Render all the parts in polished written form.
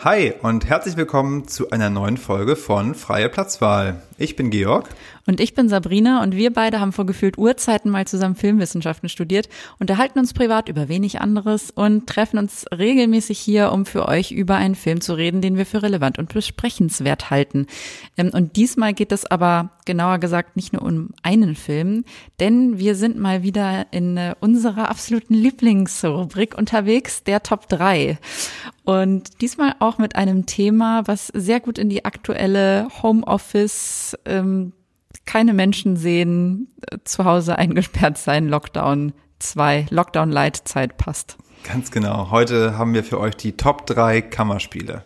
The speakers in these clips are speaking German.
Hi und herzlich willkommen zu einer neuen Folge von Freie Platzwahl. Ich bin Georg. Und ich bin Sabrina und wir beide haben vor gefühlt Urzeiten mal zusammen Filmwissenschaften studiert, unterhalten uns privat über wenig anderes und treffen uns regelmäßig hier, um für euch über einen Film zu reden, den wir für relevant und besprechenswert halten. Und diesmal geht es aber genauer gesagt nicht nur um einen Film, denn wir sind mal wieder in unserer absoluten Lieblingsrubrik unterwegs, der Top 3. Und diesmal auch mit einem Thema, was sehr gut in die aktuelle Homeoffice, keine Menschen sehen, zu Hause eingesperrt sein, Lockdown 2, Lockdown-Light-Zeit passt. Ganz genau. Heute haben wir für euch die Top 3 Kammerspiele.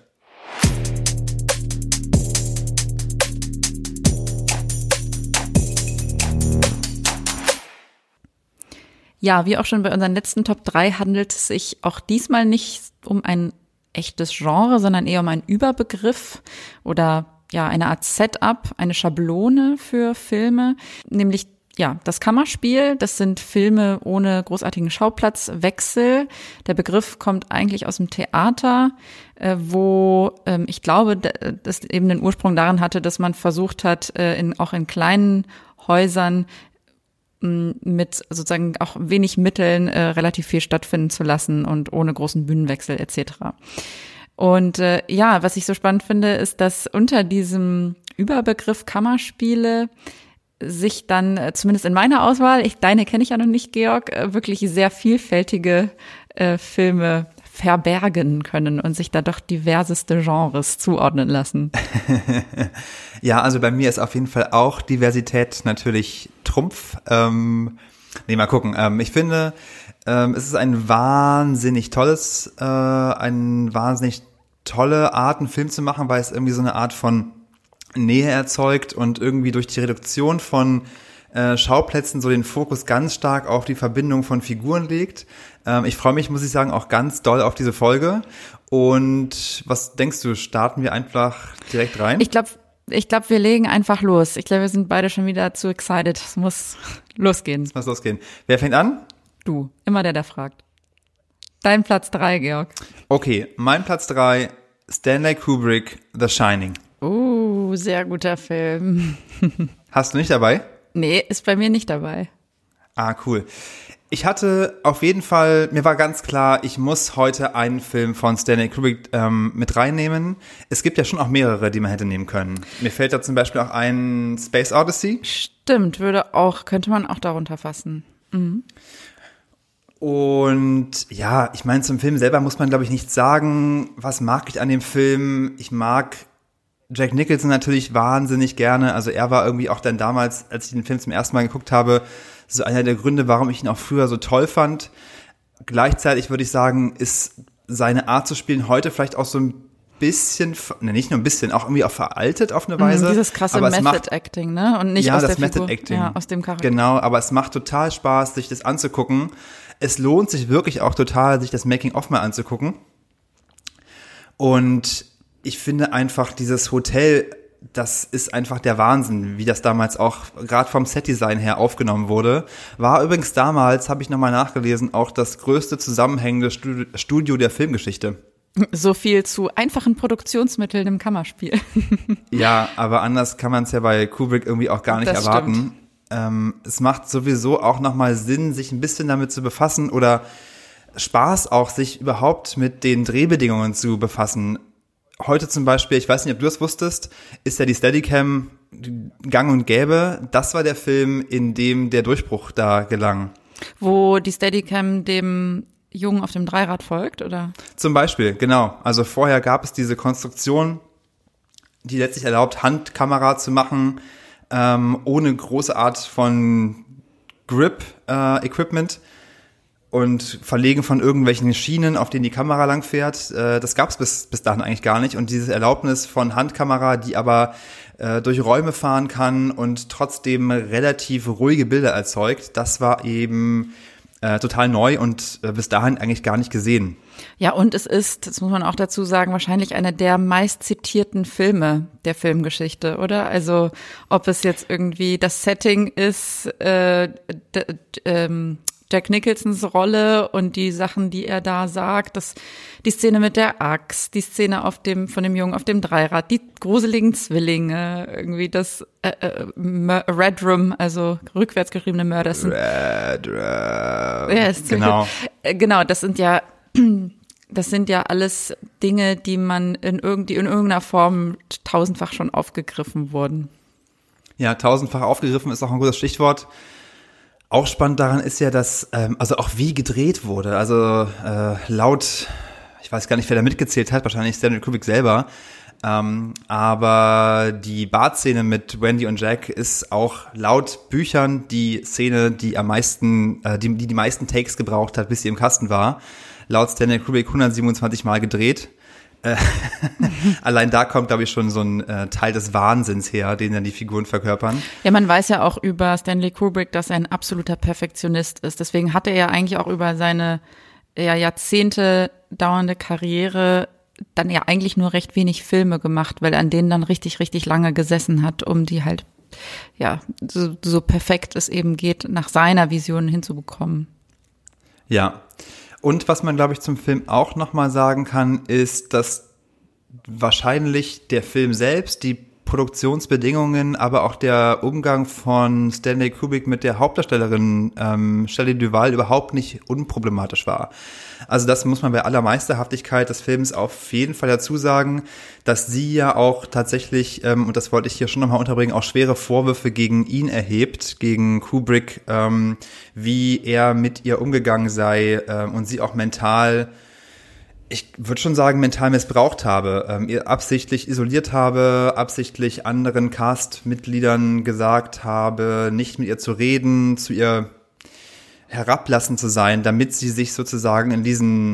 Ja, wie auch schon bei unseren letzten Top 3 handelt es sich auch diesmal nicht um ein echtes Genre, sondern eher um einen Überbegriff oder ja, eine Art Setup, eine Schablone für Filme, nämlich ja, das Kammerspiel. Das sind Filme ohne großartigen Schauplatzwechsel. Der Begriff kommt eigentlich aus dem Theater, wo ich glaube, das eben den Ursprung darin hatte, dass man versucht hat, auch in kleinen Häusern mit sozusagen auch wenig Mitteln relativ viel stattfinden zu lassen und ohne großen Bühnenwechsel etc. Und ja, was ich so spannend finde, ist, dass unter diesem Überbegriff Kammerspiele sich dann, zumindest in meiner Auswahl, deine kenne ich ja noch nicht, Georg, wirklich sehr vielfältige Filme verbergen können und sich da doch diverseste Genres zuordnen lassen. Ja, also bei mir ist auf jeden Fall auch Diversität natürlich Trumpf. Mal gucken. Ich finde, es ist ein wahnsinnig eine wahnsinnig tolle Art, einen Film zu machen, weil es irgendwie so eine Art von Nähe erzeugt und irgendwie durch die Reduktion von Schauplätzen so den Fokus ganz stark auf die Verbindung von Figuren legt. Ich freue mich, muss ich sagen, auch ganz doll auf diese Folge. Und was denkst du, starten wir einfach direkt rein? Ich glaube, wir legen einfach los. Ich glaube, wir sind beide schon wieder zu excited. Es muss losgehen. Es muss losgehen. Wer fängt an? Du, immer der fragt. Dein Platz 3, Georg. Okay, mein Platz 3, Stanley Kubrick, The Shining. Sehr guter Film. Hast du nicht dabei? Nee, ist bei mir nicht dabei. Ah, cool. Ich hatte auf jeden Fall, mir war ganz klar, ich muss heute einen Film von Stanley Kubrick mit reinnehmen. Es gibt ja schon auch mehrere, die man hätte nehmen können. Mir fällt da zum Beispiel auch ein Space Odyssey. Stimmt, könnte man auch darunter fassen. Mhm. Und ja, ich meine, zum Film selber muss man, glaube ich, nichts sagen. Was mag ich an dem Film? Ich mag Jack Nicholson natürlich wahnsinnig gerne. Also er war irgendwie auch dann damals, als ich den Film zum ersten Mal geguckt habe, so einer der Gründe, warum ich ihn auch früher so toll fand. Gleichzeitig würde ich sagen, ist seine Art zu spielen heute vielleicht auch so ein bisschen, nicht nur ein bisschen, auch irgendwie auch veraltet auf eine Weise. Dieses krasse Method-Acting, ne? Und nicht ja, aus der das Figur. Method-Acting. Ja, aus dem Charakter. Genau, aber es macht total Spaß, sich das anzugucken. Es lohnt sich wirklich auch total, sich das Making-of mal anzugucken. Und ich finde einfach, dieses Hotel, das ist einfach der Wahnsinn, wie das damals auch gerade vom Setdesign her aufgenommen wurde. War übrigens damals, habe ich nochmal nachgelesen, auch das größte zusammenhängende Studio der Filmgeschichte. So viel zu einfachen Produktionsmitteln im Kammerspiel. Ja, aber anders kann man es ja bei Kubrick irgendwie auch gar nicht das erwarten. Es macht sowieso auch nochmal Sinn, sich ein bisschen damit zu befassen oder Spaß auch, sich überhaupt mit den Drehbedingungen zu befassen. Heute zum Beispiel, ich weiß nicht, ob du das wusstest, ist ja die Steadicam gang und gäbe. Das war der Film, in dem der Durchbruch da gelang. Wo die Steadicam dem Jungen auf dem Dreirad folgt, oder? Zum Beispiel, genau. Also vorher gab es diese Konstruktion, die letztlich erlaubt, Handkamera zu machen, ohne große Art von Grip-Equipment. Und Verlegen von irgendwelchen Schienen, auf denen die Kamera lang fährt, das gab es bis dahin eigentlich gar nicht. Und dieses Erlaubnis von Handkamera, die aber durch Räume fahren kann und trotzdem relativ ruhige Bilder erzeugt, das war eben total neu und bis dahin eigentlich gar nicht gesehen. Ja, und es ist, das muss man auch dazu sagen, wahrscheinlich einer der meist zitierten Filme der Filmgeschichte, oder? Jack Nicholsons Rolle und die Sachen, die er da sagt, die Szene mit der Axt, die Szene von dem Jungen auf dem Dreirad, die gruseligen Zwillinge, irgendwie das Red Room, also rückwärts geschriebene Mörder. Red Room. Ja, genau. Genau, das sind ja alles Dinge, die in irgendeiner Form tausendfach schon aufgegriffen wurden. Ja, tausendfach aufgegriffen ist auch ein gutes Stichwort. Auch spannend daran ist ja, dass, also auch wie gedreht wurde. Also laut, ich weiß gar nicht, wer da mitgezählt hat, wahrscheinlich Stanley Kubrick selber. Aber die Bartszene mit Wendy und Jack ist auch laut Büchern die Szene, die am meisten, die meisten Takes gebraucht hat, bis sie im Kasten war. Laut Stanley Kubrick 127 Mal gedreht. Allein da kommt, glaube ich, schon so ein Teil des Wahnsinns her, den dann die Figuren verkörpern. Ja, man weiß ja auch über Stanley Kubrick, dass er ein absoluter Perfektionist ist. Deswegen hat er ja eigentlich auch über seine Jahrzehnte dauernde Karriere dann ja eigentlich nur recht wenig Filme gemacht, weil er an denen dann richtig, richtig lange gesessen hat, um die halt so perfekt es eben geht, nach seiner Vision hinzubekommen. Ja. Und was man, glaube ich, zum Film auch nochmal sagen kann, ist, dass wahrscheinlich der Film selbst, die Produktionsbedingungen, aber auch der Umgang von Stanley Kubrick mit der Hauptdarstellerin Shelley Duvall überhaupt nicht unproblematisch war. Also das muss man bei aller Meisterhaftigkeit des Films auf jeden Fall dazu sagen, dass sie ja auch tatsächlich, und das wollte ich hier schon nochmal unterbringen, auch schwere Vorwürfe gegen ihn erhebt, gegen Kubrick, wie er mit ihr umgegangen sei und sie auch mental, ich würde schon sagen, mental missbraucht habe, ihr absichtlich isoliert habe, absichtlich anderen Cast-Mitgliedern gesagt habe, nicht mit ihr zu reden, zu ihr herablassend zu sein, damit sie sich sozusagen in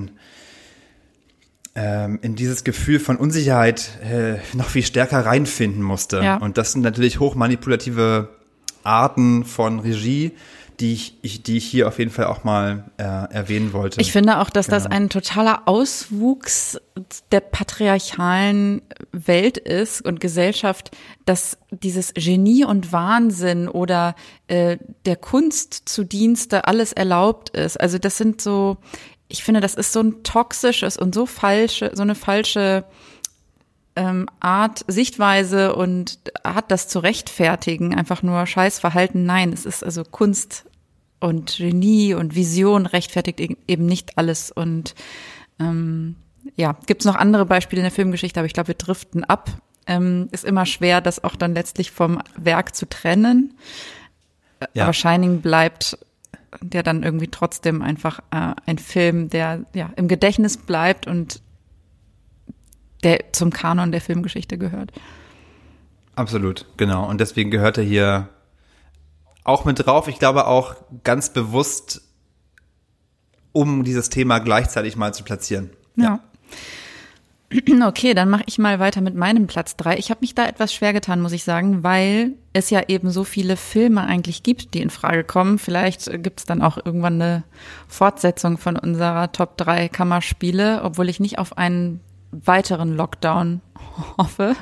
dieses Gefühl von Unsicherheit noch viel stärker reinfinden musste. Ja. Und das sind natürlich hochmanipulative Arten von Regie, die ich hier auf jeden Fall auch mal erwähnen wollte. Ich finde auch, dass das ein totaler Auswuchs der patriarchalen Welt ist und Gesellschaft, dass dieses Genie und Wahnsinn oder der Kunst zu Dienste alles erlaubt ist. Also das sind so, ich finde, das ist so ein toxisches und so eine falsche Art, Sichtweise und Art, das zu rechtfertigen, einfach nur Scheißverhalten. Nein, es ist also Kunst und Genie und Vision rechtfertigt eben nicht alles. Und gibt's noch andere Beispiele in der Filmgeschichte, aber ich glaube, wir driften ab. Ist immer schwer, das auch dann letztlich vom Werk zu trennen. Ja. Aber Shining bleibt der dann irgendwie trotzdem einfach ein Film, der im Gedächtnis bleibt und der zum Kanon der Filmgeschichte gehört. Absolut, genau. Und deswegen gehört er hier auch mit drauf. Ich glaube auch ganz bewusst, um dieses Thema gleichzeitig mal zu platzieren. Ja. Okay, dann mache ich mal weiter mit meinem Platz 3. Ich habe mich da etwas schwer getan, muss ich sagen, weil es ja eben so viele Filme eigentlich gibt, die in Frage kommen. Vielleicht gibt es dann auch irgendwann eine Fortsetzung von unserer Top 3 Kammerspiele, obwohl ich nicht auf einen weiteren Lockdown hoffe.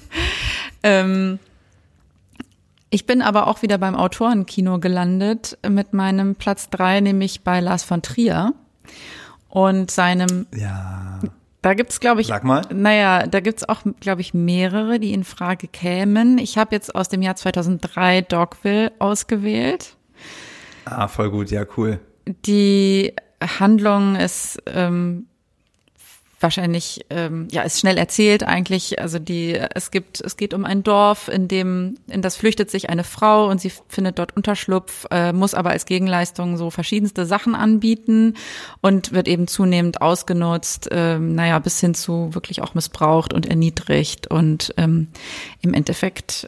Ich bin aber auch wieder beim Autorenkino gelandet mit meinem Platz 3, nämlich bei Lars von Trier und seinem. Ja. Da gibt's, glaube ich, sag mal. Da gibt's auch, glaube ich, mehrere, die in Frage kämen. Ich habe jetzt aus dem Jahr 2003 Dogville ausgewählt. Ah, voll gut, ja, cool. Die Handlung ist wahrscheinlich, ist schnell erzählt eigentlich. Also es geht um ein Dorf, in das flüchtet sich eine Frau und sie findet dort Unterschlupf, muss aber als Gegenleistung so verschiedenste Sachen anbieten und wird eben zunehmend ausgenutzt, bis hin zu wirklich auch missbraucht und erniedrigt und im Endeffekt,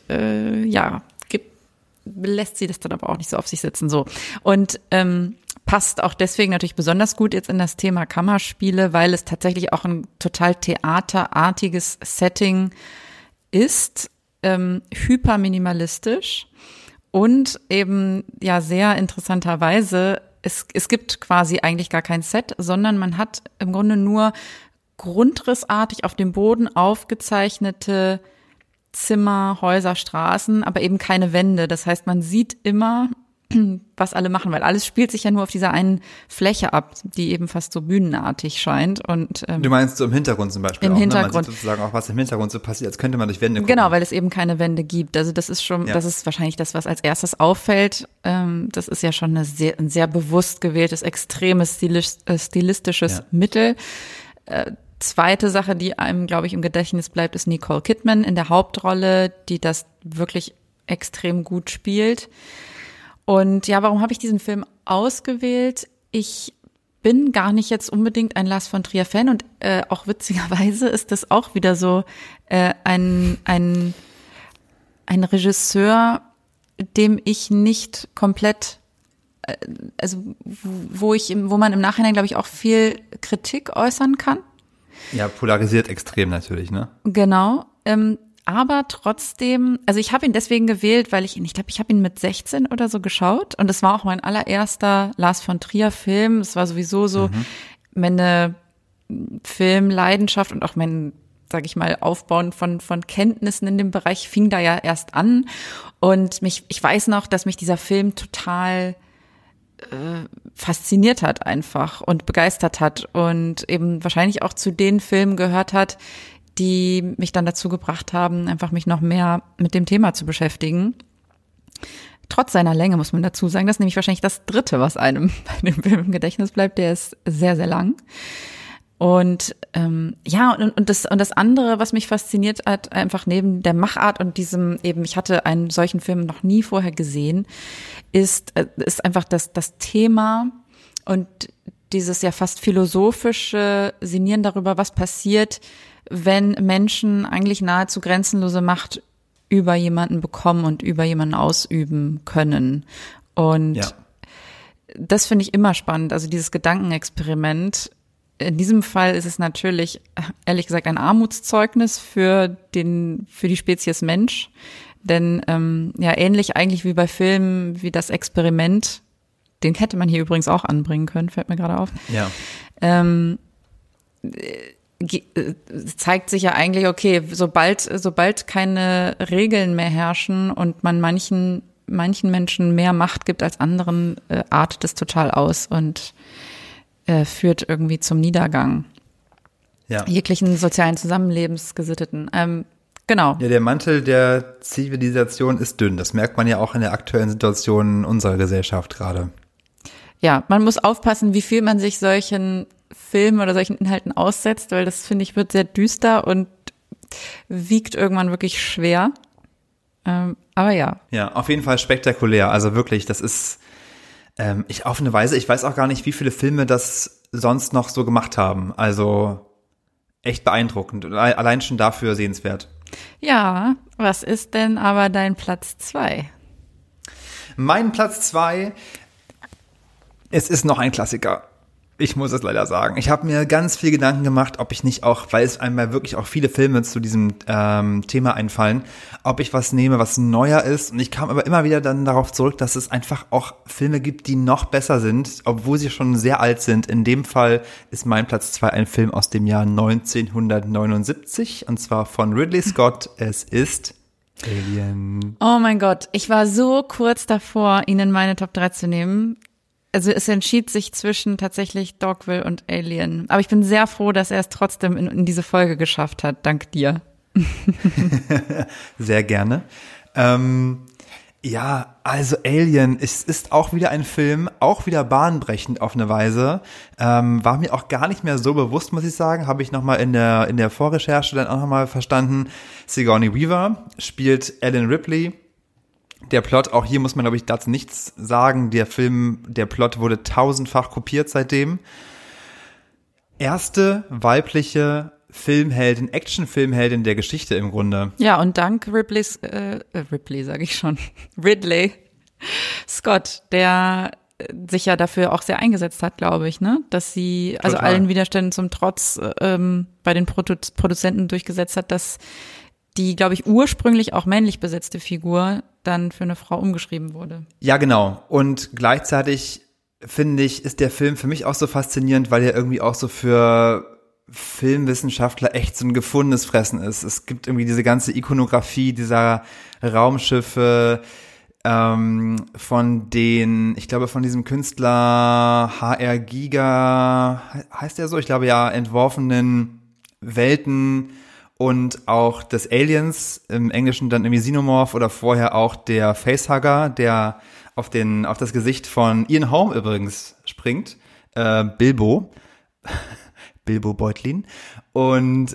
lässt sie das dann aber auch nicht so auf sich sitzen, so. Und, passt auch deswegen natürlich besonders gut jetzt in das Thema Kammerspiele, weil es tatsächlich auch ein total theaterartiges Setting ist, hyperminimalistisch und eben sehr interessanterweise, es gibt quasi eigentlich gar kein Set, sondern man hat im Grunde nur grundrissartig auf dem Boden aufgezeichnete Zimmer, Häuser, Straßen, aber eben keine Wände. Das heißt, man sieht immer was alle machen, weil alles spielt sich ja nur auf dieser einen Fläche ab, die eben fast so bühnenartig scheint. Und du meinst so im Hintergrund zum Beispiel im auch, Hintergrund. Ne? Man sieht sozusagen auch, was im Hintergrund so passiert, als könnte man durch Wände gucken. Genau, weil es eben keine Wände gibt. Also das ist schon, das ist wahrscheinlich das, was als erstes auffällt. Das ist ja schon ein sehr bewusst gewähltes, extremes stilistisches Mittel. Zweite Sache, die einem, glaube ich, im Gedächtnis bleibt, ist Nicole Kidman in der Hauptrolle, die das wirklich extrem gut spielt. Und ja, warum habe ich diesen Film ausgewählt? Ich bin gar nicht jetzt unbedingt ein Lars von Trier Fan und auch witzigerweise ist das auch wieder so ein Regisseur, dem ich nicht komplett, also wo man im Nachhinein, glaube ich, auch viel Kritik äußern kann. Ja, polarisiert extrem natürlich, ne? Genau. Aber trotzdem, also ich habe ihn deswegen gewählt, weil ich glaube, ich habe ihn mit 16 oder so geschaut und es war auch mein allererster Lars von Trier Film. Es war sowieso so meine Filmleidenschaft und auch mein, sage ich mal, Aufbauen von Kenntnissen in dem Bereich fing da ja erst an und ich weiß noch, dass mich dieser Film total fasziniert hat einfach und begeistert hat und eben wahrscheinlich auch zu den Filmen gehört hat, die mich dann dazu gebracht haben, einfach mich noch mehr mit dem Thema zu beschäftigen. Trotz seiner Länge muss man dazu sagen, das ist nämlich wahrscheinlich das Dritte, was einem bei dem Film im Gedächtnis bleibt. Der ist sehr, sehr lang. Und und das andere, was mich fasziniert hat, einfach neben der Machart und diesem eben, ich hatte einen solchen Film noch nie vorher gesehen, ist einfach das Thema und dieses ja fast philosophische Sinnieren darüber, was passiert, wenn Menschen eigentlich nahezu grenzenlose Macht über jemanden bekommen und über jemanden ausüben können. Und das finde ich immer spannend, also dieses Gedankenexperiment. In diesem Fall ist es natürlich, ehrlich gesagt, ein Armutszeugnis für die Spezies Mensch. Denn ähnlich eigentlich wie bei Filmen wie Das Experiment, den hätte man hier übrigens auch anbringen können, fällt mir gerade auf. Ja. Zeigt sich ja eigentlich, okay, sobald keine Regeln mehr herrschen und man manchen Menschen mehr Macht gibt als anderen, artet es total aus und führt irgendwie zum Niedergang jeglichen sozialen Zusammenlebens, gesitteten. Genau. Ja, der Mantel der Zivilisation ist dünn. Das merkt man ja auch in der aktuellen Situation unserer Gesellschaft gerade. Ja, man muss aufpassen, wie viel man sich solchen Filmen oder solchen Inhalten aussetzt, weil das, finde ich, wird sehr düster und wiegt irgendwann wirklich schwer. Aber ja. Ja, auf jeden Fall spektakulär. Also wirklich, das ist auf eine Weise, ich weiß auch gar nicht, wie viele Filme das sonst noch so gemacht haben. Also echt beeindruckend. Allein schon dafür sehenswert. Ja, was ist denn aber dein Platz 2? Mein Platz 2, es ist noch ein Klassiker. Ich muss es leider sagen. Ich habe mir ganz viel Gedanken gemacht, ob ich nicht auch, weil es einmal wirklich auch viele Filme zu diesem Thema einfallen, ob ich was nehme, was neuer ist. Und ich kam aber immer wieder dann darauf zurück, dass es einfach auch Filme gibt, die noch besser sind, obwohl sie schon sehr alt sind. In dem Fall ist mein Platz 2 ein Film aus dem Jahr 1979, und zwar von Ridley Scott. Es ist Alien. Oh mein Gott, ich war so kurz davor, ihn in meine Top 3 zu nehmen. Also es entschied sich zwischen tatsächlich Dogville und Alien. Aber ich bin sehr froh, dass er es trotzdem in diese Folge geschafft hat, dank dir. Sehr gerne. Ja, also Alien, es ist auch wieder ein Film, auch wieder bahnbrechend auf eine Weise. War mir auch gar nicht mehr so bewusst, muss ich sagen. Habe ich nochmal in der Vorrecherche dann auch nochmal verstanden. Sigourney Weaver spielt Ellen Ripley. Der Plot, auch hier muss man, glaube ich, dazu nichts sagen. Der Plot wurde tausendfach kopiert seitdem. Erste weibliche Filmheldin, Actionfilmheldin der Geschichte im Grunde. Ja, und dank Ridley Scott, der sich ja dafür auch sehr eingesetzt hat, glaube ich, ne, dass sie also allen Widerständen zum Trotz bei den Produzenten durchgesetzt hat, dass die, glaube ich, ursprünglich auch männlich besetzte Figur dann für eine Frau umgeschrieben wurde. Ja, genau. Und gleichzeitig, finde ich, ist der Film für mich auch so faszinierend, weil er irgendwie auch so für Filmwissenschaftler echt so ein gefundenes Fressen ist. Es gibt irgendwie diese ganze Ikonografie dieser Raumschiffe, von ich glaube von diesem Künstler HR Giga, heißt der so? Ich glaube ja, entworfenen Welten und auch des Aliens, im Englischen dann irgendwie Xenomorph oder vorher auch der Facehugger, der auf das Gesicht von Ian Holm übrigens springt, Bilbo Beutlin und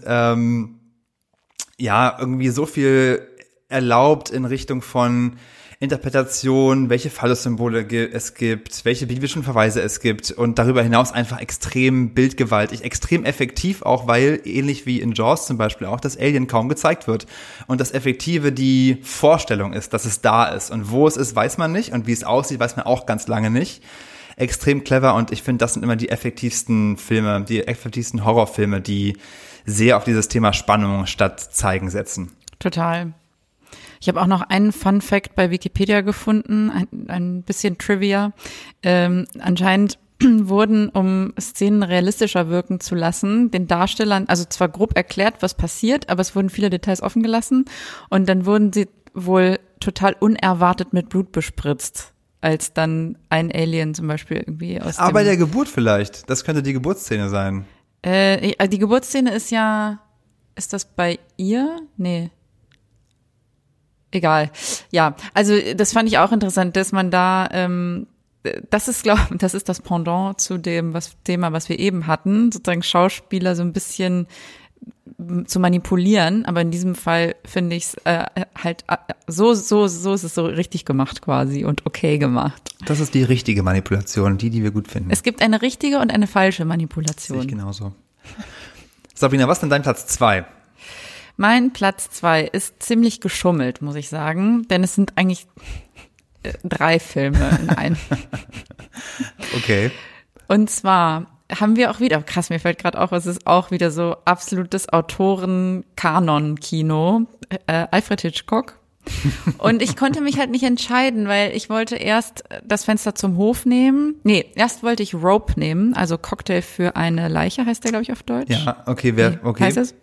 ja, irgendwie so viel erlaubt in Richtung von Interpretation, welche Phallus-Symbole es gibt, welche biblischen Verweise es gibt und darüber hinaus einfach extrem bildgewaltig, extrem effektiv auch, weil ähnlich wie in Jaws zum Beispiel auch das Alien kaum gezeigt wird und das Effektive die Vorstellung ist, dass es da ist und wo es ist, weiß man nicht und wie es aussieht, weiß man auch ganz lange nicht. Extrem clever und ich finde, das sind immer die effektivsten Filme, die effektivsten Horrorfilme, die sehr auf dieses Thema Spannung statt Zeigen setzen. Total. Ich habe auch noch einen Fun Fact bei Wikipedia gefunden, ein bisschen Trivia. Anscheinend wurden, um Szenen realistischer wirken zu lassen, den Darstellern, also zwar grob erklärt, was passiert, aber es wurden viele Details offen gelassen und dann wurden sie wohl total unerwartet mit Blut bespritzt, als dann ein Alien zum Beispiel irgendwie aus Aber bei der Geburt vielleicht, das könnte die Geburtsszene sein. Die Geburtsszene ist das bei ihr? Nee. Egal. Ja, also das fand ich auch interessant, dass man da, das ist das Pendant zu dem Thema, was wir eben hatten, sozusagen Schauspieler so ein bisschen zu manipulieren, aber in diesem Fall finde ich es halt so ist es so richtig gemacht quasi und okay gemacht. Das ist die richtige Manipulation, die wir gut finden. Es gibt eine richtige und eine falsche Manipulation. Sehe ich genauso. Sabrina, was ist denn dein Platz 2? Mein Platz 2 ist ziemlich geschummelt, muss ich sagen, denn es sind eigentlich 3 Filme in einem. Okay. Und zwar haben wir auch wieder, krass, mir fällt gerade auf, es ist auch wieder so absolutes Autoren-Kanon-Kino, Alfred Hitchcock. Und ich konnte mich halt nicht entscheiden, weil ich wollte erst das Fenster zum Hof nehmen. Nee, erst wollte ich Rope nehmen, also Cocktail für eine Leiche heißt der, glaube ich, auf Deutsch. Ja, okay, okay. Heißt das?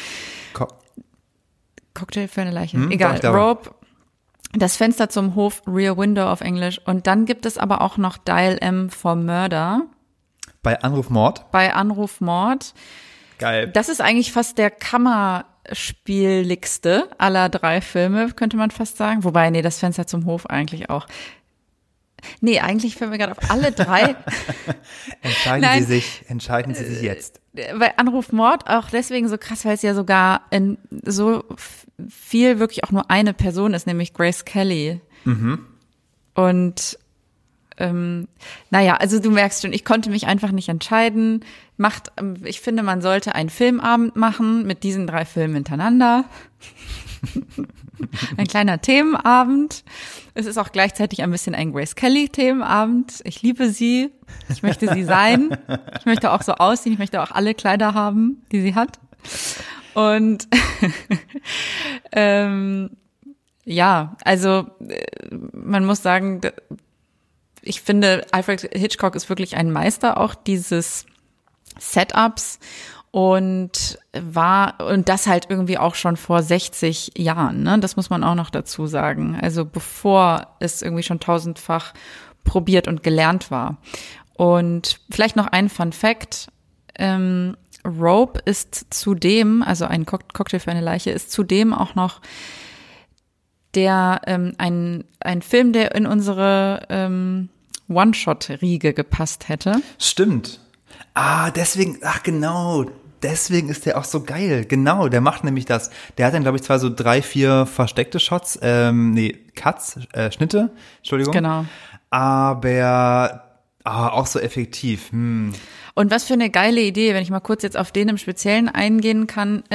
Cocktail für eine Leiche. Egal, Rope, das Fenster zum Hof, Rear Window auf Englisch. Und dann gibt es aber auch noch Dial M for Murder. Bei Anruf Mord? Bei Anruf Mord. Geil. Das ist eigentlich fast der Kammerspieligste aller 3 Filme, könnte man fast sagen. Wobei, nee, das Fenster zum Hof eigentlich auch. Nee, eigentlich fällt mir gerade auf alle 3. Entscheiden Sie sich jetzt. Bei Anruf Mord auch deswegen so krass, weil es ja sogar in so viel wirklich auch nur eine Person ist, nämlich Grace Kelly. Mhm. Und naja, also du merkst schon, ich konnte mich einfach nicht entscheiden. Ich finde, man sollte einen Filmabend machen mit diesen 3 Filmen hintereinander. Ein kleiner Themenabend. Es ist auch gleichzeitig ein bisschen ein Grace Kelly-Themenabend. Ich liebe sie. Ich möchte sie sein. Ich möchte auch so aussehen. Ich möchte auch alle Kleider haben, die sie hat. Und ja, also man muss sagen, ich finde, Alfred Hitchcock ist wirklich ein Meister auch dieses Setups und das halt irgendwie auch schon vor 60 Jahren, ne? Das muss man auch noch dazu sagen. Also bevor es irgendwie schon 1000-fach probiert und gelernt war. Und vielleicht noch ein Fun Fact. Rope ist zudem, also ein Cocktail für eine Leiche, ist zudem auch noch ein Film, der in unsere One-Shot-Riege gepasst hätte. Stimmt. Deswegen ist der auch so geil. Genau, der macht nämlich das. Der hat dann, glaube ich, zwar so 3, 4 versteckte Shots, Cuts, Schnitte, Entschuldigung. Genau. Aber auch so effektiv. Und was für eine geile Idee, wenn ich mal kurz jetzt auf den im Speziellen eingehen kann.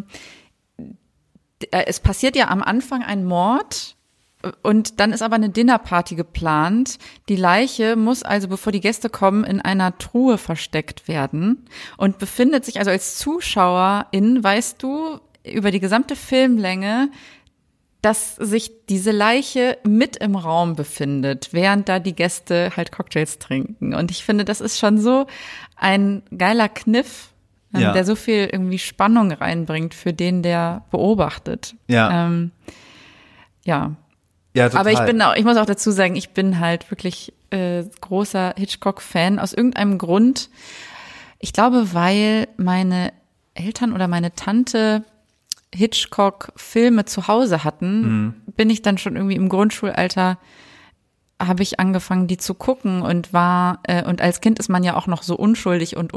Es passiert ja am Anfang ein Mord und dann ist aber eine Dinnerparty geplant. Die Leiche muss also, bevor die Gäste kommen, in einer Truhe versteckt werden und befindet sich also als Zuschauerin, weißt du, über die gesamte Filmlänge, dass sich diese Leiche mit im Raum befindet, während da die Gäste halt Cocktails trinken. Und ich finde, das ist schon so ein geiler Kniff, der so viel irgendwie Spannung reinbringt für den, der beobachtet. Ja. Ja. Ja, total. Aber ich muss auch dazu sagen, ich bin halt wirklich großer Hitchcock-Fan aus irgendeinem Grund. Ich glaube, weil meine Eltern oder meine Tante Hitchcock-Filme zu Hause hatten, bin ich dann schon irgendwie im Grundschulalter, habe ich angefangen, die zu gucken und und als Kind ist man ja auch noch so unschuldig und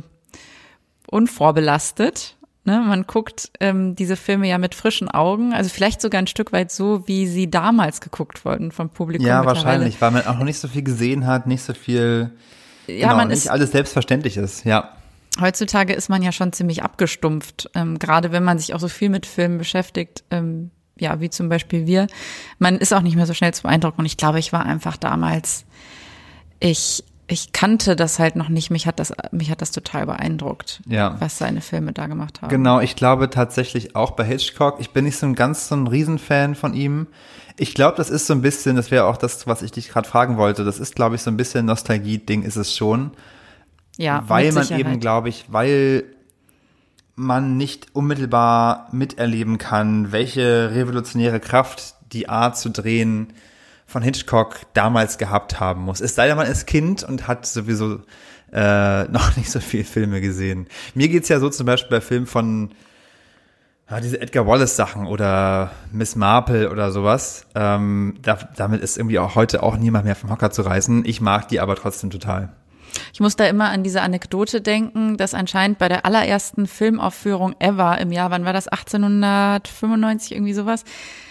unvorbelastet. Ne? Man guckt diese Filme ja mit frischen Augen, also vielleicht sogar ein Stück weit so, wie sie damals geguckt wurden vom Publikum. Ja, wahrscheinlich, weil man auch noch nicht so viel gesehen hat, nicht so viel, nicht alles selbstverständlich ist, ja. Heutzutage ist man ja schon ziemlich abgestumpft, gerade wenn man sich auch so viel mit Filmen beschäftigt, wie zum Beispiel wir. Man ist auch nicht mehr so schnell zu beeindrucken und ich glaube, ich war einfach damals, ich kannte das halt noch nicht, mich hat das total beeindruckt, was seine Filme da gemacht haben. Genau, ich glaube tatsächlich auch bei Hitchcock, ich bin nicht so ein Riesenfan von ihm. Ich glaube, das ist so ein bisschen, das wäre auch das, was ich dich gerade fragen wollte, das ist, glaube ich, so ein bisschen Nostalgie-Ding ist es schon. Ja, weil man eben, glaube ich, weil man nicht unmittelbar miterleben kann, welche revolutionäre Kraft die Art zu drehen von Hitchcock damals gehabt haben muss. Es sei denn, man ist Kind und hat sowieso noch nicht so viele Filme gesehen. Mir geht's ja so zum Beispiel bei Filmen von diese Edgar Wallace-Sachen oder Miss Marple oder sowas. Damit ist irgendwie auch heute auch niemand mehr vom Hocker zu reißen. Ich mag die aber trotzdem total. Ich muss da immer an diese Anekdote denken, dass anscheinend bei der allerersten Filmaufführung ever im Jahr, wann war das, 1895, irgendwie sowas,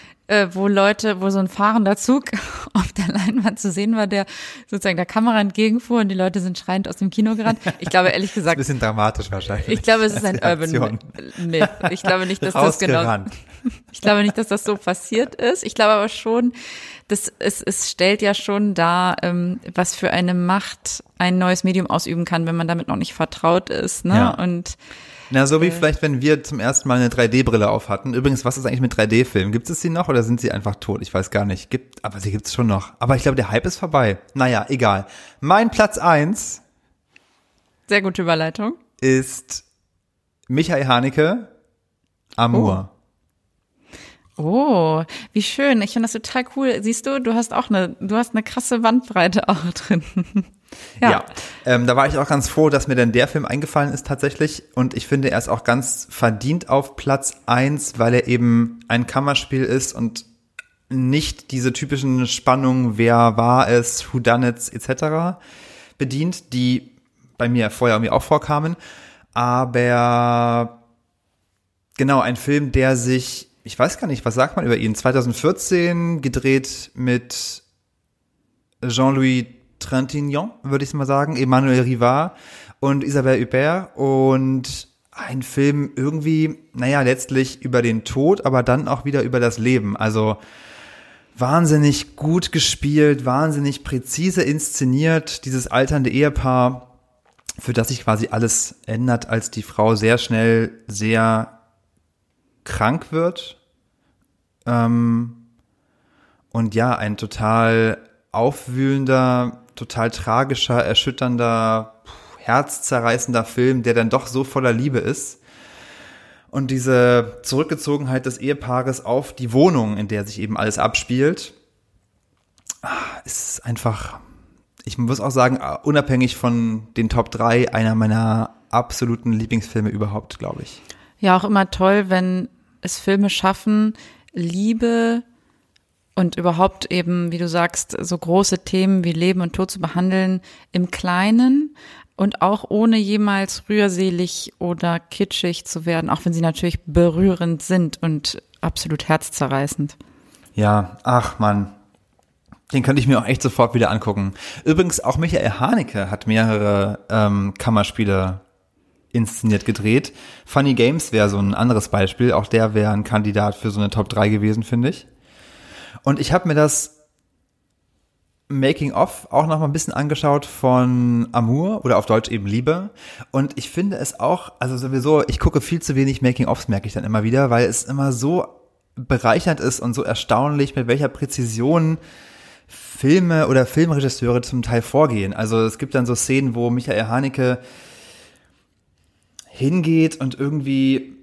wo so ein fahrender Zug auf der Leinwand zu sehen war, der sozusagen der Kamera entgegenfuhr und die Leute sind schreiend aus dem Kino gerannt. Ich glaube, ehrlich gesagt. Das ist ein bisschen dramatisch wahrscheinlich. Ich glaube, es ist ein Urban Myth. Ich glaube nicht, dass das ich glaube nicht, dass das so passiert ist. Ich glaube aber schon, es stellt ja schon dar, was für eine Macht ein neues Medium ausüben kann, wenn man damit noch nicht vertraut ist, ne? Ja. Und so wie vielleicht, wenn wir zum ersten Mal eine 3D-Brille auf hatten. Übrigens, was ist eigentlich mit 3D-Filmen? Gibt es sie noch oder sind sie einfach tot? Ich weiß gar nicht. Aber sie gibt's schon noch. Aber ich glaube, der Hype ist vorbei. Naja, egal. Mein Platz 1. Sehr gute Überleitung. Ist Michael Haneke, Amour. Oh, wie schön. Ich finde das total cool. Siehst du, du hast eine krasse Bandbreite auch drin. Ja, da war ich auch ganz froh, dass mir dann der Film eingefallen ist tatsächlich. Und ich finde, er ist auch ganz verdient auf Platz 1, weil er eben ein Kammerspiel ist und nicht diese typischen Spannungen, wer war es, whodunits etc. bedient, die bei mir vorher irgendwie auch vorkamen. Aber genau, ein Film, der sich, ich weiß gar nicht, was sagt man über ihn, 2014 gedreht mit Jean-Louis Trintignant, würde ich mal sagen, Emmanuel Rivard und Isabelle Huppert und ein Film irgendwie, letztlich über den Tod, aber dann auch wieder über das Leben. Also wahnsinnig gut gespielt, wahnsinnig präzise inszeniert, dieses alternde Ehepaar, für das sich quasi alles ändert, als die Frau sehr schnell sehr krank wird. Und ja, ein total aufwühlender, total tragischer, erschütternder, herzzerreißender Film, der dann doch so voller Liebe ist. Und diese Zurückgezogenheit des Ehepaares auf die Wohnung, in der sich eben alles abspielt, ist einfach, ich muss auch sagen, unabhängig von den Top 3, einer meiner absoluten Lieblingsfilme überhaupt, glaube ich. Ja, auch immer toll, wenn es Filme schaffen, Liebe und überhaupt eben, wie du sagst, so große Themen wie Leben und Tod zu behandeln im Kleinen und auch ohne jemals rührselig oder kitschig zu werden, auch wenn sie natürlich berührend sind und absolut herzzerreißend. Ja, ach Mann, den könnte ich mir auch echt sofort wieder angucken. Übrigens auch Michael Haneke hat mehrere Kammerspiele inszeniert, gedreht. Funny Games wäre so ein anderes Beispiel. Auch der wäre ein Kandidat für so eine Top 3 gewesen, finde ich. Und ich habe mir das Making-of auch noch mal ein bisschen angeschaut von Amour oder auf Deutsch eben Liebe. Und ich finde es auch, also sowieso, ich gucke viel zu wenig Making-ofs, merke ich dann immer wieder, weil es immer so bereichernd ist und so erstaunlich, mit welcher Präzision Filme oder Filmregisseure zum Teil vorgehen. Also es gibt dann so Szenen, wo Michael Haneke hingeht und irgendwie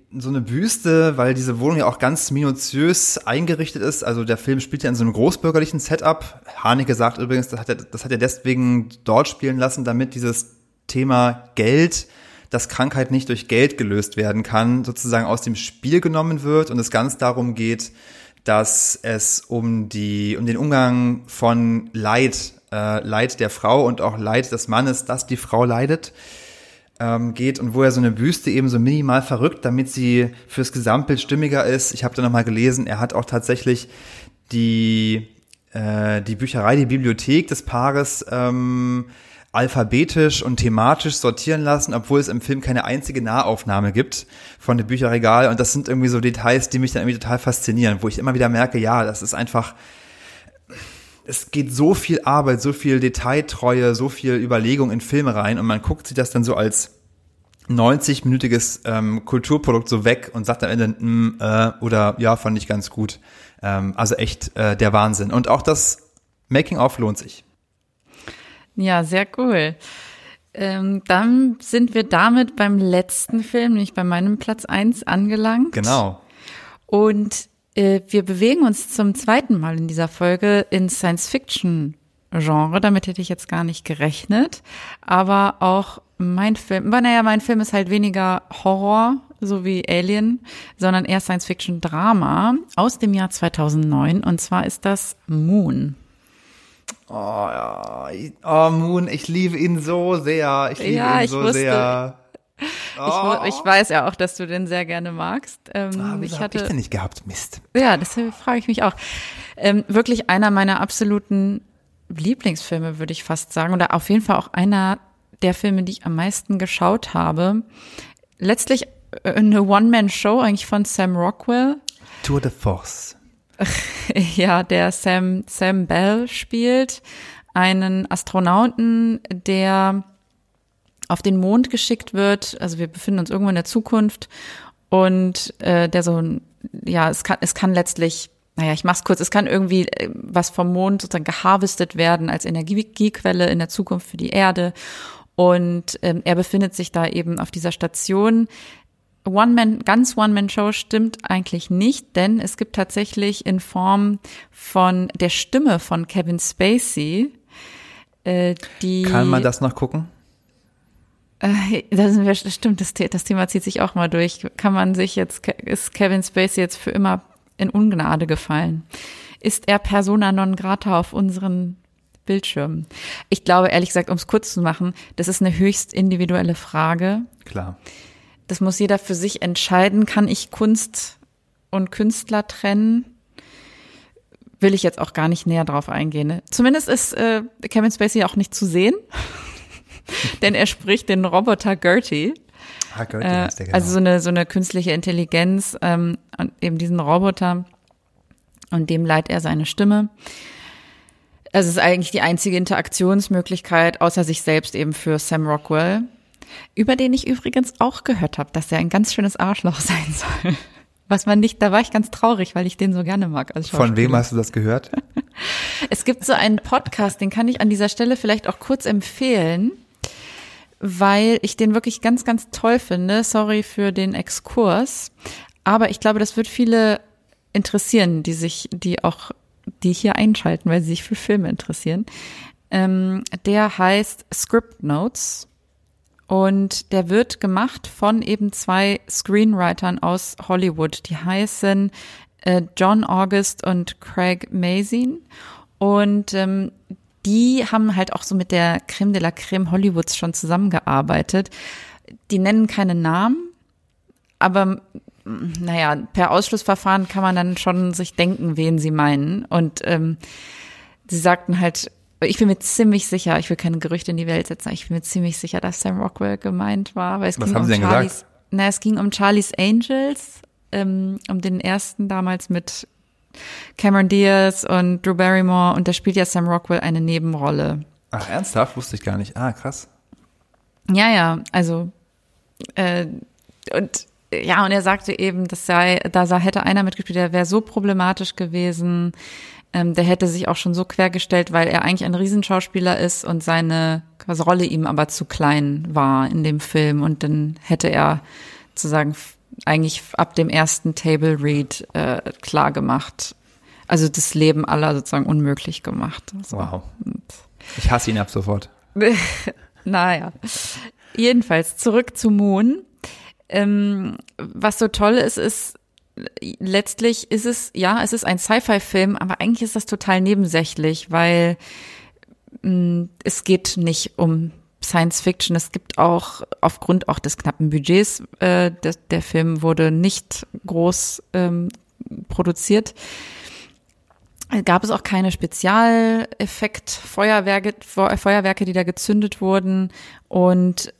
so eine Büste, weil diese Wohnung ja auch ganz minutiös eingerichtet ist. Also der Film spielt ja in so einem großbürgerlichen Setup. Haneke sagt übrigens, das hat er deswegen dort spielen lassen, damit dieses Thema Geld, dass Krankheit nicht durch Geld gelöst werden kann, sozusagen aus dem Spiel genommen wird und es ganz darum geht, dass es um den Umgang von Leid der Frau und auch Leid des Mannes, dass die Frau leidet, geht und wo er so eine Büste eben so minimal verrückt, damit sie fürs Gesamtbild stimmiger ist. Ich habe da nochmal gelesen, er hat auch tatsächlich die Bücherei, die Bibliothek des Paares alphabetisch und thematisch sortieren lassen, obwohl es im Film keine einzige Nahaufnahme gibt von dem Bücherregal. Und das sind irgendwie so Details, die mich dann irgendwie total faszinieren, wo ich immer wieder merke, ja, das ist einfach, es geht so viel Arbeit, so viel Detailtreue, so viel Überlegung in Filme rein und man guckt sich das dann so als 90-minütiges Kulturprodukt so weg und sagt am Ende, oder ja, fand ich ganz gut. Also echt der Wahnsinn. Und auch das Making-of lohnt sich. Ja, sehr cool. Dann sind wir damit beim letzten Film, nämlich bei meinem Platz 1 angelangt. Genau. Und wir bewegen uns zum zweiten Mal in dieser Folge in Science-Fiction-Genre. Damit hätte ich jetzt gar nicht gerechnet. Aber auch mein Film ist halt weniger Horror, so wie Alien, sondern eher Science-Fiction-Drama aus dem Jahr 2009. Und zwar ist das Moon. Oh ja, Moon, ich liebe ihn so sehr. Ich weiß ja auch, dass du den sehr gerne magst. Wieso hab ich den nicht gehabt? Mist. Ja, deshalb frage ich mich auch. Wirklich einer meiner absoluten Lieblingsfilme, würde ich fast sagen. Oder auf jeden Fall auch einer der Filme, die ich am meisten geschaut habe. Letztlich eine One-Man-Show eigentlich von Sam Rockwell. Tour de Force. Ja, der Sam Bell spielt einen Astronauten, der auf den Mond geschickt wird. Also wir befinden uns irgendwo in der Zukunft und der so es kann letztlich, ich mach's kurz, es kann irgendwie was vom Mond sozusagen geharvestet werden als Energiequelle in der Zukunft für die Erde. Und er befindet sich da eben auf dieser Station. One-Man-Show stimmt eigentlich nicht, denn es gibt tatsächlich in Form von der Stimme von Kevin Spacey, die... Kann man das noch gucken? Stimmt, das Thema zieht sich auch mal durch. Ist Kevin Spacey jetzt für immer in Ungnade gefallen? Ist er persona non grata auf unseren Bildschirmen? Ich glaube, ehrlich gesagt, um es kurz zu machen, das ist eine höchst individuelle Frage. Klar. Das muss jeder für sich entscheiden. Kann ich Kunst und Künstler trennen? Will ich jetzt auch gar nicht näher drauf eingehen. Ne? Zumindest ist Kevin Spacey auch nicht zu sehen, denn er spricht den Roboter Gertie. Gertie heißt der, genau. Also so eine künstliche Intelligenz und eben diesen Roboter und dem leiht er seine Stimme. Es ist eigentlich die einzige Interaktionsmöglichkeit außer sich selbst eben für Sam Rockwell. Über den ich übrigens auch gehört habe, dass er ein ganz schönes Arschloch sein soll. Da war ich ganz traurig, weil ich den so gerne mag als Schauspieler. Von wem hast du das gehört? Es gibt so einen Podcast, den kann ich an dieser Stelle vielleicht auch kurz empfehlen, weil ich den wirklich ganz, ganz toll finde. Sorry für den Exkurs. Aber ich glaube, das wird viele interessieren, die hier einschalten, weil sie sich für Filme interessieren. Der heißt Script Notes. Und der wird gemacht von eben 2 Screenwritern aus Hollywood. Die heißen John August und Craig Mazin. Und die haben halt auch so mit der Creme de la Creme Hollywoods schon zusammengearbeitet. Die nennen keine Namen, aber per Ausschlussverfahren kann man dann schon sich denken, wen sie meinen. Und sie sagten halt, ich bin mir ziemlich sicher, ich will keine Gerüchte in die Welt setzen, aber ich bin mir ziemlich sicher, dass Sam Rockwell gemeint war. Weil Was haben sie denn gesagt? Es ging um Charlie's Angels, um den ersten damals mit Cameron Diaz und Drew Barrymore und da spielt ja Sam Rockwell eine Nebenrolle. Ach, ernsthaft? Wusste ich gar nicht. Ah, krass. Ja, also und er sagte eben, hätte einer mitgespielt, der wäre so problematisch gewesen, der hätte sich auch schon so quergestellt, weil er eigentlich ein Riesenschauspieler ist und seine Rolle ihm aber zu klein war in dem Film und dann hätte er sozusagen eigentlich ab dem ersten Table Read klar gemacht. Also das Leben aller sozusagen unmöglich gemacht. So. Wow. Ich hasse ihn ab sofort. Naja. Jedenfalls zurück zu Moon. Was so toll ist letztlich ist es ein Sci-Fi-Film, aber eigentlich ist das total nebensächlich, weil es geht nicht um Science Fiction. Es gibt auch, aufgrund auch des knappen Budgets, der Film wurde nicht groß produziert. Gab es auch keine Feuerwerke, die da gezündet wurden. Und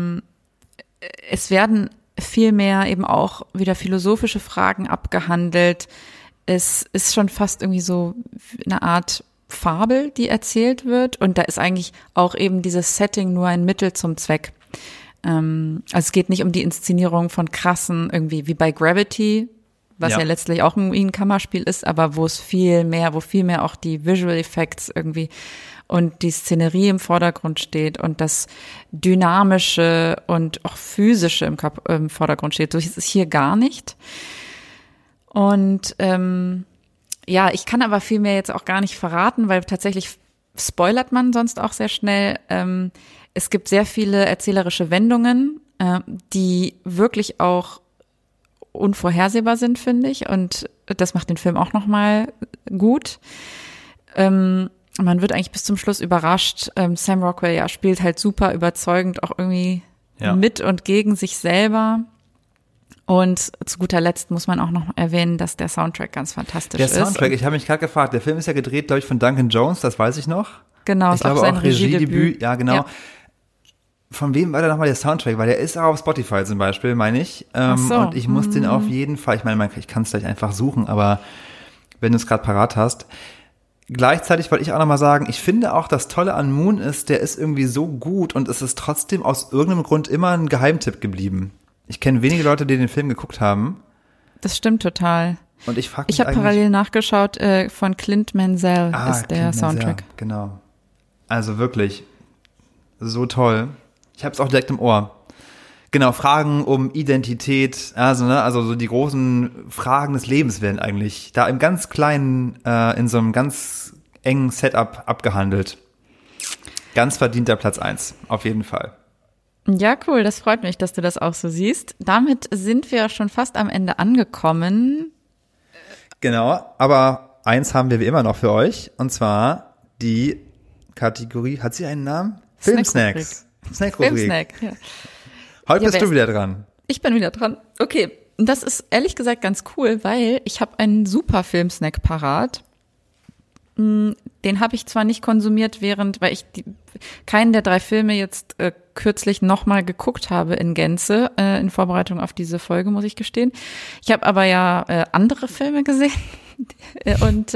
es werden vielmehr eben auch wieder philosophische Fragen abgehandelt. Es ist schon fast irgendwie so eine Art Fabel, die erzählt wird. Und da ist eigentlich auch eben dieses Setting nur ein Mittel zum Zweck. Also es geht nicht um die Inszenierung von krassen, irgendwie wie bei Gravity, was ja letztlich auch ein Kammerspiel ist, aber wo viel mehr auch die Visual Effects irgendwie und die Szenerie im Vordergrund steht und das Dynamische und auch Physische im Vordergrund steht. So ist es hier gar nicht. Und ich kann aber viel mehr jetzt auch gar nicht verraten, weil tatsächlich spoilert man sonst auch sehr schnell. Es gibt sehr viele erzählerische Wendungen, die wirklich auch unvorhersehbar sind, finde ich. Und das macht den Film auch nochmal gut. Man wird eigentlich bis zum Schluss überrascht. Sam Rockwell spielt halt super überzeugend auch irgendwie mit und gegen sich selber. Und zu guter Letzt muss man auch noch erwähnen, dass der Soundtrack ganz fantastisch ist. Der Soundtrack, ich habe mich gerade gefragt, der Film ist ja gedreht, glaube ich, von Duncan Jones, das weiß ich noch. Genau, ich glaube auch sein auch Regiedebüt. Ja, genau. Ja. Von wem war da nochmal der Soundtrack? Weil der ist auch auf Spotify zum Beispiel, meine ich. Und ich muss den auf jeden Fall, ich meine, ich kann es gleich einfach suchen, aber wenn du es gerade parat hast. Gleichzeitig wollte ich auch nochmal sagen, ich finde auch, das Tolle an Moon ist, der ist irgendwie so gut und es ist trotzdem aus irgendeinem Grund immer ein Geheimtipp geblieben. Ich kenne wenige Leute, die den Film geguckt haben. Das stimmt total. Und ich frage mich habe parallel nachgeschaut, von Clint Mansell ist der Clint Soundtrack. Mansell, genau. Also wirklich so toll. Ich habe es auch direkt im Ohr. Genau, Fragen um Identität, also so die großen Fragen des Lebens werden eigentlich da im ganz kleinen, in so einem ganz engen Setup abgehandelt. Ganz verdienter Platz 1, auf jeden Fall. Ja, cool, das freut mich, dass du das auch so siehst. Damit sind wir schon fast am Ende angekommen. Genau, aber eins haben wir wie immer noch für euch, und zwar die Kategorie, hat sie einen Namen? Filmsnacks. Snack-Rubrik. Filmsnack, ja. Heute bist du wieder dran. Ich bin wieder dran. Okay, und das ist ehrlich gesagt ganz cool, weil ich habe einen super Filmsnack parat. Den habe ich zwar nicht konsumiert, weil ich keinen der 3 Filme jetzt kürzlich nochmal geguckt habe in Gänze, in Vorbereitung auf diese Folge, muss ich gestehen. Ich habe aber andere Filme gesehen und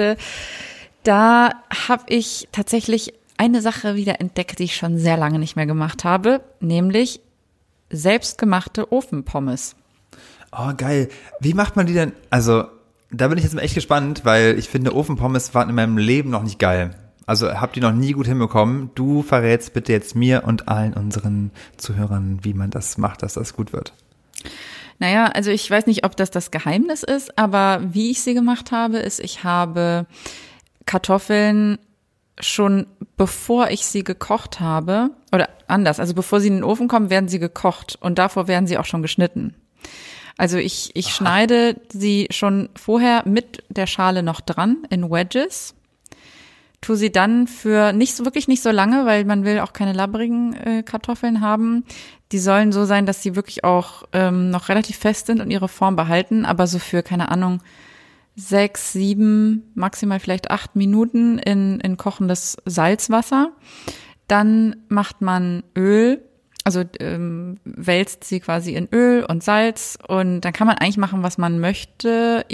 da habe ich tatsächlich eine Sache wieder entdeckt, die ich schon sehr lange nicht mehr gemacht habe, nämlich selbstgemachte Ofenpommes. Oh, geil. Wie macht man die denn? Also, da bin ich jetzt mal echt gespannt, weil ich finde, Ofenpommes waren in meinem Leben noch nicht geil. Also, hab die noch nie gut hinbekommen. Du verrätst bitte jetzt mir und allen unseren Zuhörern, wie man das macht, dass das gut wird. Naja, also ich weiß nicht, ob das Geheimnis ist, aber wie ich sie gemacht habe, ist, ich habe Kartoffeln schon bevor ich sie gekocht habe, oder anders, also bevor sie in den Ofen kommen, werden sie gekocht und davor werden sie auch schon geschnitten. Also ich schneide sie schon vorher mit der Schale noch dran in Wedges, tue sie dann für wirklich nicht so lange, weil man will auch keine labbrigen Kartoffeln haben. Die sollen so sein, dass sie wirklich auch noch relativ fest sind und ihre Form behalten, aber so für, keine Ahnung, 6, 7, maximal vielleicht 8 Minuten in kochendes Salzwasser. Dann macht man Öl, also wälzt sie quasi in Öl und Salz und dann kann man eigentlich machen, was man möchte.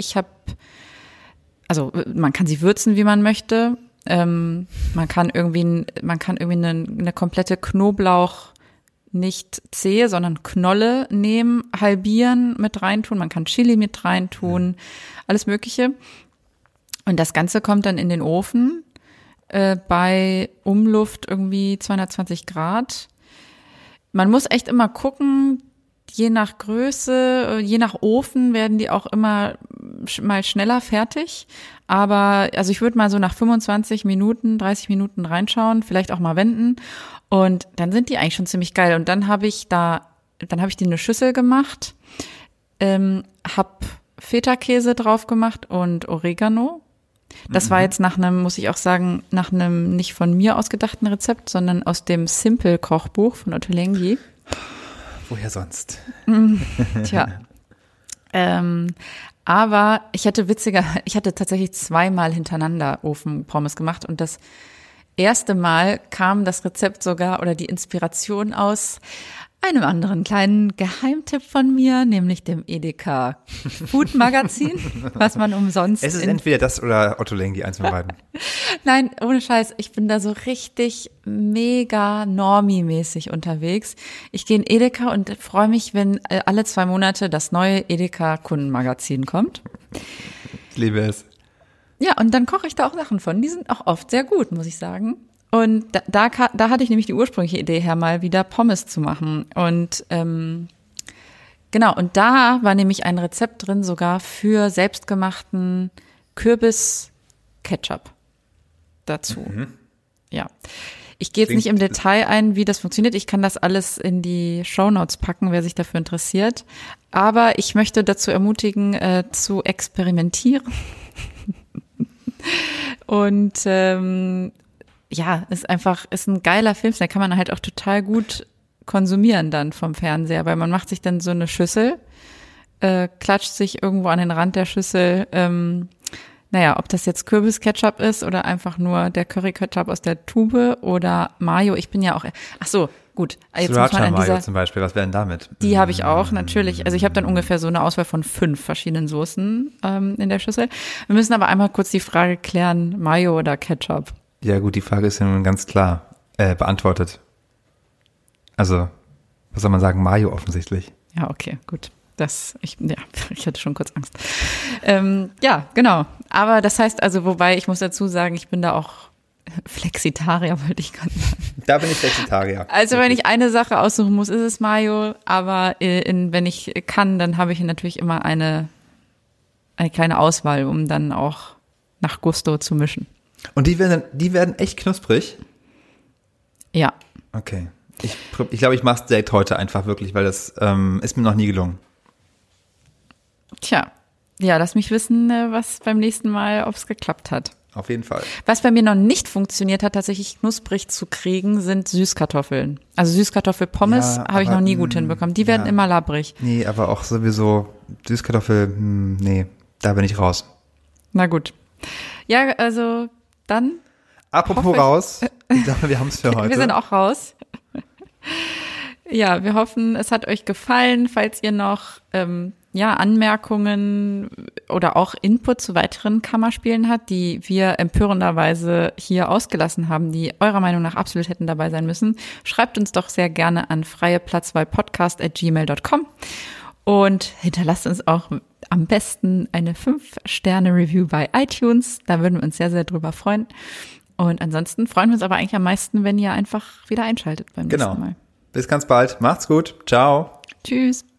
Man kann sie würzen, wie man möchte. Man kann irgendwie eine komplette Knoblauch, nicht Zehe, sondern Knolle nehmen, halbieren, mit reintun. Man kann Chili mit reintun, alles Mögliche. Und das Ganze kommt dann in den Ofen bei Umluft irgendwie 220 Grad. Man muss echt immer gucken, je nach Größe, je nach Ofen werden die auch immer mal schneller fertig. Aber also ich würde mal so nach 25 Minuten, 30 Minuten reinschauen, vielleicht auch mal wenden. Und dann sind die eigentlich schon ziemlich geil. Und dann habe ich die in eine Schüssel gemacht, habe Feta-Käse drauf gemacht und Oregano. Das war jetzt nach einem, muss ich auch sagen, nach einem nicht von mir ausgedachten Rezept, sondern aus dem Simple-Kochbuch von Ottolenghi. Woher sonst? Tja. Aber ich hatte tatsächlich 2-mal hintereinander Ofenpommes gemacht und das erste Mal kam das Rezept sogar oder die Inspiration aus einem anderen kleinen Geheimtipp von mir, nämlich dem Edeka Food Magazin, was man umsonst. Es ist entweder das oder Ottolenghi, eins von beiden. Nein, ohne Scheiß, ich bin da so richtig mega Normie-mäßig unterwegs. Ich gehe in Edeka und freue mich, wenn alle 2 Monate das neue Edeka Kundenmagazin kommt. Ich liebe es. Ja, und dann koche ich da auch Sachen von. Die sind auch oft sehr gut, muss ich sagen. Und da hatte ich nämlich die ursprüngliche Idee her, mal wieder Pommes zu machen. Und genau, und da war nämlich ein Rezept drin sogar für selbstgemachten Kürbis-Ketchup dazu. Ja. Ich gehe jetzt nicht im Detail ein, wie das funktioniert. Ich kann das alles in die Shownotes packen, wer sich dafür interessiert. Aber ich möchte dazu ermutigen, zu experimentieren. Und ja, ist ein geiler Film, den kann man halt auch total gut konsumieren dann vom Fernseher, weil man macht sich dann so eine Schüssel, klatscht sich irgendwo an den Rand der Schüssel, naja, ob das jetzt Kürbisketchup ist oder einfach nur der Curry-Ketchup aus der Tube oder Mayo, ich bin ja auch, ach so, gut. Jetzt muss man an Mayo zum Beispiel, was wäre denn damit? Die habe ich auch, natürlich. Also ich habe dann ungefähr so eine Auswahl von 5 verschiedenen Soßen in der Schüssel. Wir müssen aber einmal kurz die Frage klären, Mayo oder Ketchup? Ja gut, die Frage ist ja nun ganz klar beantwortet. Also, was soll man sagen, Mayo offensichtlich. Ja, okay, gut. Ich hatte schon kurz Angst. Ja, genau. Aber das heißt also, wobei ich muss dazu sagen, ich bin da auch Flexitarier, wollte ich gerade sagen. Da bin ich Flexitarier. Also wenn ich eine Sache aussuchen muss, ist es Mayo. Aber wenn ich kann, dann habe ich natürlich immer eine kleine Auswahl, um dann auch nach Gusto zu mischen. Und die werden echt knusprig? Ja. Okay. Ich glaube, ich mache es direkt heute einfach wirklich, weil das ist mir noch nie gelungen. Tja, ja, lass mich wissen, was beim nächsten Mal, ob es geklappt hat. Auf jeden Fall. Was bei mir noch nicht funktioniert hat, tatsächlich knusprig zu kriegen, sind Süßkartoffeln. Also Süßkartoffelpommes habe ich noch nie gut hinbekommen. Die werden immer labbrig. Nee, aber auch sowieso Süßkartoffel, nee, da bin ich raus. Na gut. Ja, also dann. Apropos raus, ich glaube, wir haben es für heute. Wir sind auch raus. Ja, wir hoffen, es hat euch gefallen. Falls ihr noch Anmerkungen oder auch Input zu weiteren Kammerspielen habt, die wir empörenderweise hier ausgelassen haben, die eurer Meinung nach absolut hätten dabei sein müssen, schreibt uns doch sehr gerne an freieplatzwahlpodcast@gmail.com und hinterlasst uns auch am besten eine 5-Sterne-Review bei iTunes. Da würden wir uns sehr, sehr drüber freuen. Und ansonsten freuen wir uns aber eigentlich am meisten, wenn ihr einfach wieder einschaltet beim nächsten Mal. Bis ganz bald. Macht's gut. Ciao. Tschüss.